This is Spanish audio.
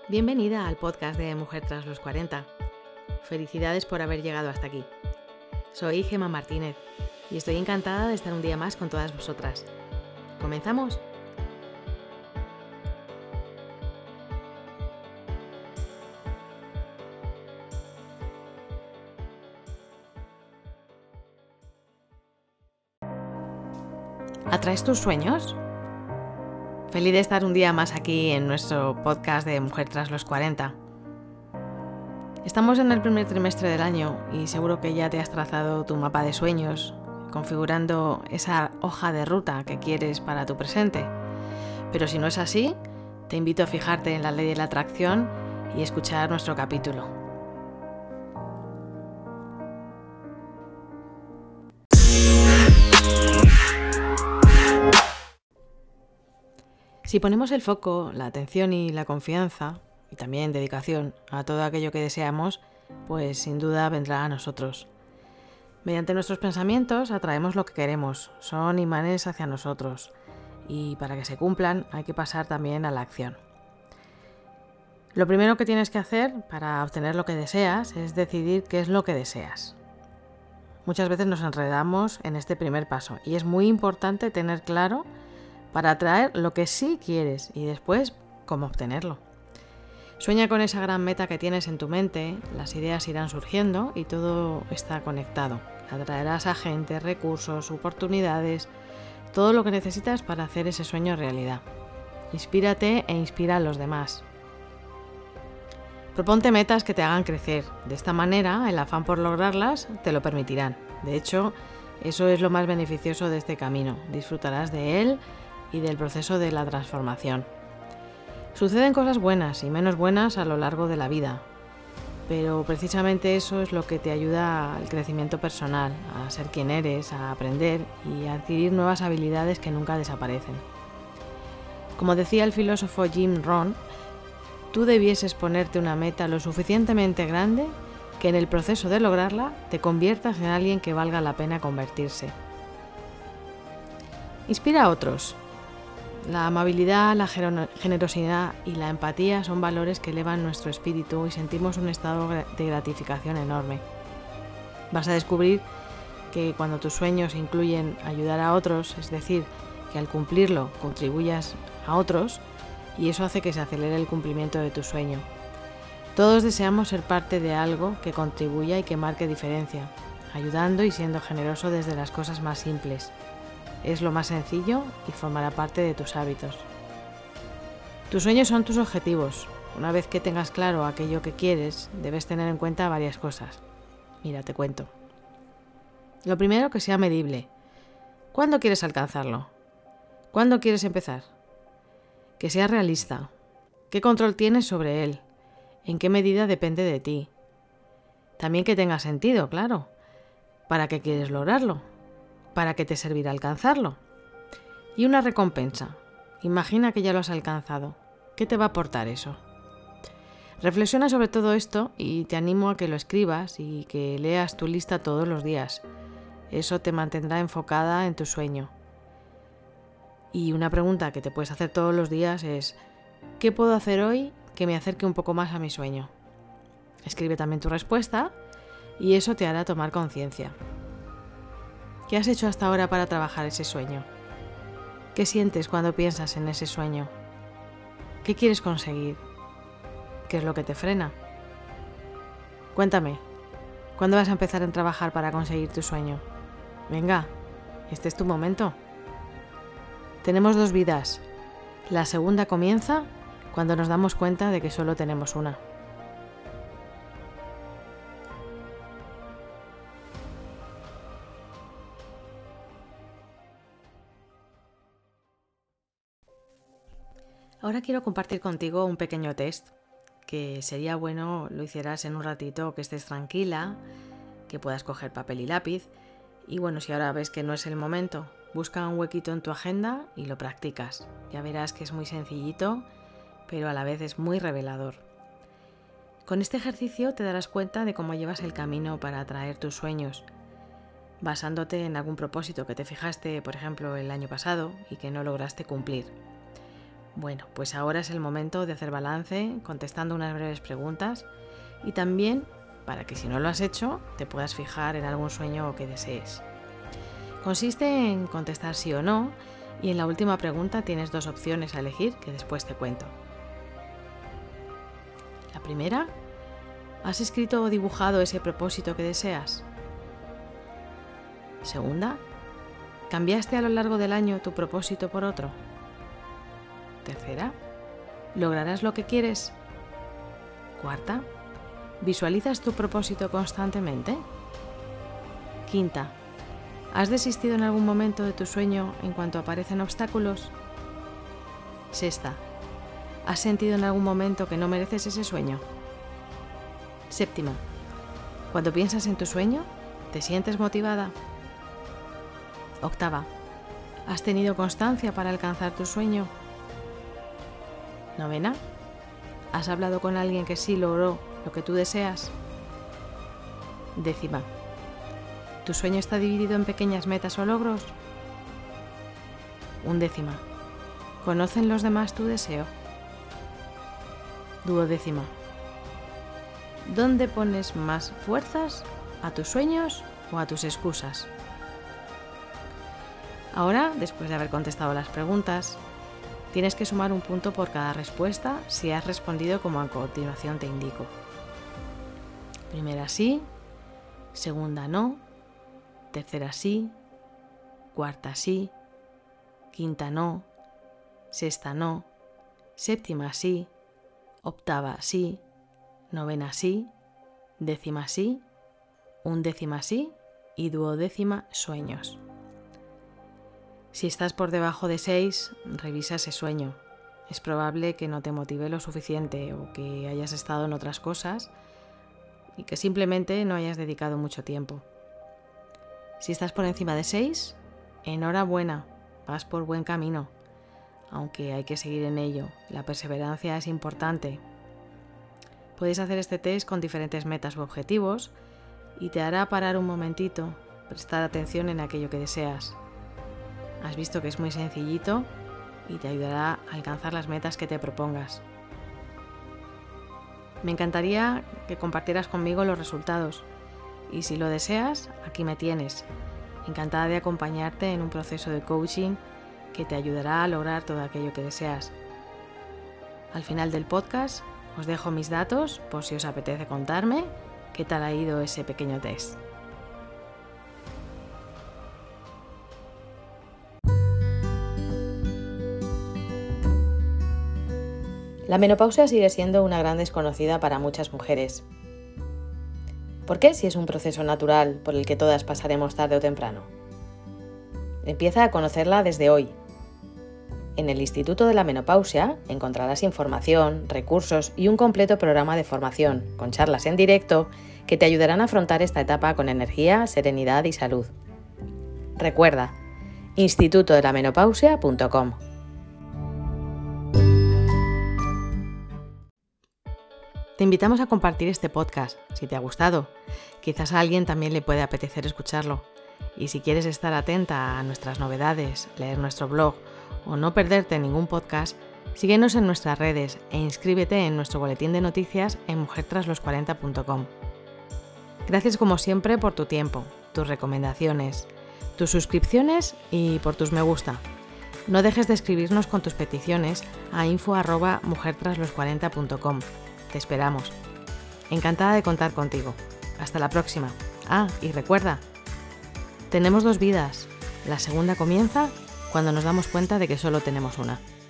Bienvenida al podcast de Mujer tras los 40. Felicidades por haber llegado hasta aquí. Soy Gemma Martínez y estoy encantada de estar un día más con todas vosotras. ¿Comenzamos? ¿Atraes tus sueños? Feliz de estar un día más aquí en nuestro podcast de Mujer tras los 40. Estamos en el primer trimestre del año y seguro que ya te has trazado tu mapa de sueños, configurando esa hoja de ruta que quieres para tu presente. Pero si no es así, te invito a fijarte en la ley de la atracción y escuchar nuestro capítulo. Si ponemos el foco, la atención y la confianza, y también dedicación a todo aquello que deseamos, pues sin duda vendrá a nosotros. Mediante nuestros pensamientos atraemos lo que queremos, son imanes hacia nosotros, y para que se cumplan hay que pasar también a la acción. Lo primero que tienes que hacer para obtener lo que deseas es decidir qué es lo que deseas. Muchas veces nos enredamos en este primer paso y es muy importante tener claro para atraer lo que sí quieres y después cómo obtenerlo. Sueña con esa gran meta que tienes en tu mente, las ideas irán surgiendo y todo está conectado. Atraerás a gente, recursos, oportunidades, todo lo que necesitas para hacer ese sueño realidad. Inspírate e inspira a los demás. Proponte metas que te hagan crecer. De esta manera, el afán por lograrlas te lo permitirán. De hecho, eso es lo más beneficioso de este camino. Disfrutarás de él y del proceso de la transformación. Suceden cosas buenas y menos buenas a lo largo de la vida, pero precisamente eso es lo que te ayuda al crecimiento personal, a ser quien eres, a aprender y a adquirir nuevas habilidades que nunca desaparecen. Como decía el filósofo Jim Rohn, tú debieses ponerte una meta lo suficientemente grande que en el proceso de lograrla te conviertas en alguien que valga la pena convertirse. Inspira a otros. La amabilidad, la generosidad y la empatía son valores que elevan nuestro espíritu y sentimos un estado de gratificación enorme. Vas a descubrir que cuando tus sueños incluyen ayudar a otros, es decir, que al cumplirlo contribuyas a otros, y eso hace que se acelere el cumplimiento de tu sueño. Todos deseamos ser parte de algo que contribuya y que marque diferencia, ayudando y siendo generoso desde las cosas más simples. Es lo más sencillo y formará parte de tus hábitos. Tus sueños son tus objetivos. Una vez que tengas claro aquello que quieres, debes tener en cuenta varias cosas. Mira, te cuento. Lo primero, que sea medible. ¿Cuándo quieres alcanzarlo? ¿Cuándo quieres empezar? Que sea realista. ¿Qué control tienes sobre él? ¿En qué medida depende de ti? También que tenga sentido, claro. ¿Para qué quieres lograrlo? ¿Para qué te servirá alcanzarlo? Y una recompensa. Imagina que ya lo has alcanzado. ¿Qué te va a aportar eso? Reflexiona sobre todo esto y te animo a que lo escribas y que leas tu lista todos los días. Eso te mantendrá enfocada en tu sueño. Y una pregunta que te puedes hacer todos los días es: ¿qué puedo hacer hoy que me acerque un poco más a mi sueño? Escribe también tu respuesta y eso te hará tomar conciencia. ¿Qué has hecho hasta ahora para trabajar ese sueño? ¿Qué sientes cuando piensas en ese sueño? ¿Qué quieres conseguir? ¿Qué es lo que te frena? Cuéntame, ¿cuándo vas a empezar a trabajar para conseguir tu sueño? Venga, este es tu momento. Tenemos 2 vidas. La segunda comienza cuando nos damos cuenta de que solo tenemos una. Ahora quiero compartir contigo un pequeño test que sería bueno lo hicieras en un ratito, que estés tranquila, que puedas coger papel y lápiz. Y bueno, si ahora ves que no es el momento, busca un huequito en tu agenda y lo practicas. Ya verás que es muy sencillito, pero a la vez es muy revelador. Con este ejercicio te darás cuenta de cómo llevas el camino para atraer tus sueños, basándote en algún propósito que te fijaste, por ejemplo, el año pasado y que no lograste cumplir. Bueno, pues ahora es el momento de hacer balance contestando unas breves preguntas y también para que si no lo has hecho te puedas fijar en algún sueño que desees. Consiste en contestar sí o no y en la última pregunta tienes 2 opciones a elegir que después te cuento. La primera, ¿has escrito o dibujado ese propósito que deseas? Segunda, ¿cambiaste a lo largo del año tu propósito por otro? Tercera, ¿lograrás lo que quieres? Cuarta, ¿visualizas tu propósito constantemente? Quinta, ¿has desistido en algún momento de tu sueño en cuanto aparecen obstáculos? Sexta, ¿has sentido en algún momento que no mereces ese sueño? Séptima, cuando piensas en tu sueño, ¿te sientes motivada? Octava, ¿has tenido constancia para alcanzar tu sueño? Novena, ¿has hablado con alguien que sí logró lo que tú deseas? Décima, ¿tu sueño está dividido en pequeñas metas o logros? Undécima, ¿conocen los demás tu deseo? Duodécima, ¿dónde pones más fuerzas? ¿A tus sueños o a tus excusas? Ahora, después de haber contestado las preguntas, tienes que sumar un punto por cada respuesta si has respondido como a continuación te indico. Primera sí, segunda no, tercera sí, cuarta sí, quinta no, sexta no, séptima sí, octava sí, novena sí, décima sí, undécima sí y duodécima sueños. Si estás por debajo de 6, revisa ese sueño. Es probable que no te motive lo suficiente o que hayas estado en otras cosas y que simplemente no hayas dedicado mucho tiempo. Si estás por encima de 6, enhorabuena, vas por buen camino, aunque hay que seguir en ello. La perseverancia es importante. Puedes hacer este test con diferentes metas u objetivos y te hará parar un momentito, prestar atención en aquello que deseas. Has visto que es muy sencillito y te ayudará a alcanzar las metas que te propongas. Me encantaría que compartieras conmigo los resultados y si lo deseas, aquí me tienes, encantada de acompañarte en un proceso de coaching que te ayudará a lograr todo aquello que deseas. Al final del podcast os dejo mis datos por si os apetece contarme qué tal ha ido ese pequeño test. La menopausia sigue siendo una gran desconocida para muchas mujeres. ¿Por qué si es un proceso natural por el que todas pasaremos tarde o temprano? Empieza a conocerla desde hoy. En el Instituto de la Menopausia encontrarás información, recursos y un completo programa de formación, con charlas en directo, que te ayudarán a afrontar esta etapa con energía, serenidad y salud. Recuerda, institutodelamenopausia.com. Te invitamos a compartir este podcast, si te ha gustado. Quizás a alguien también le puede apetecer escucharlo. Y si quieres estar atenta a nuestras novedades, leer nuestro blog o no perderte ningún podcast, síguenos en nuestras redes e inscríbete en nuestro boletín de noticias en mujertraslos40.com. Gracias como siempre por tu tiempo, tus recomendaciones, tus suscripciones y por tus me gusta. No dejes de escribirnos con tus peticiones a info@mujertraslos40.com. Te esperamos. Encantada de contar contigo. Hasta la próxima. Y recuerda, tenemos 2 vidas. La segunda comienza cuando nos damos cuenta de que solo tenemos una.